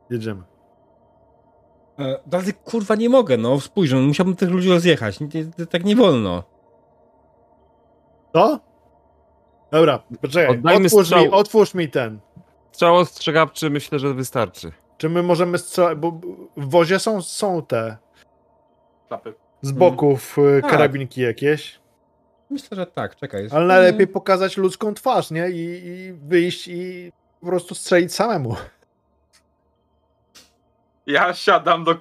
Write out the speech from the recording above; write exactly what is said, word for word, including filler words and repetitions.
Jedziemy. E, ale kurwa nie mogę, no spójrz, no, musiałbym tych ludzi rozjechać. Nie, nie, tak nie wolno. Co? Dobra, poczekaj, Oddajmy otwórz strzał. mi, otwórz mi ten. Strzał ostrzegawczy myślę, że wystarczy. Czy my możemy strzelać, bo w wozie są, są te Klapy. z boków hmm. Tak. karabinki jakieś. Myślę, że tak, czekaj. Ale najlepiej pokazać ludzką twarz, nie? I, i wyjść i po prostu strzelić samemu. Ja siadam do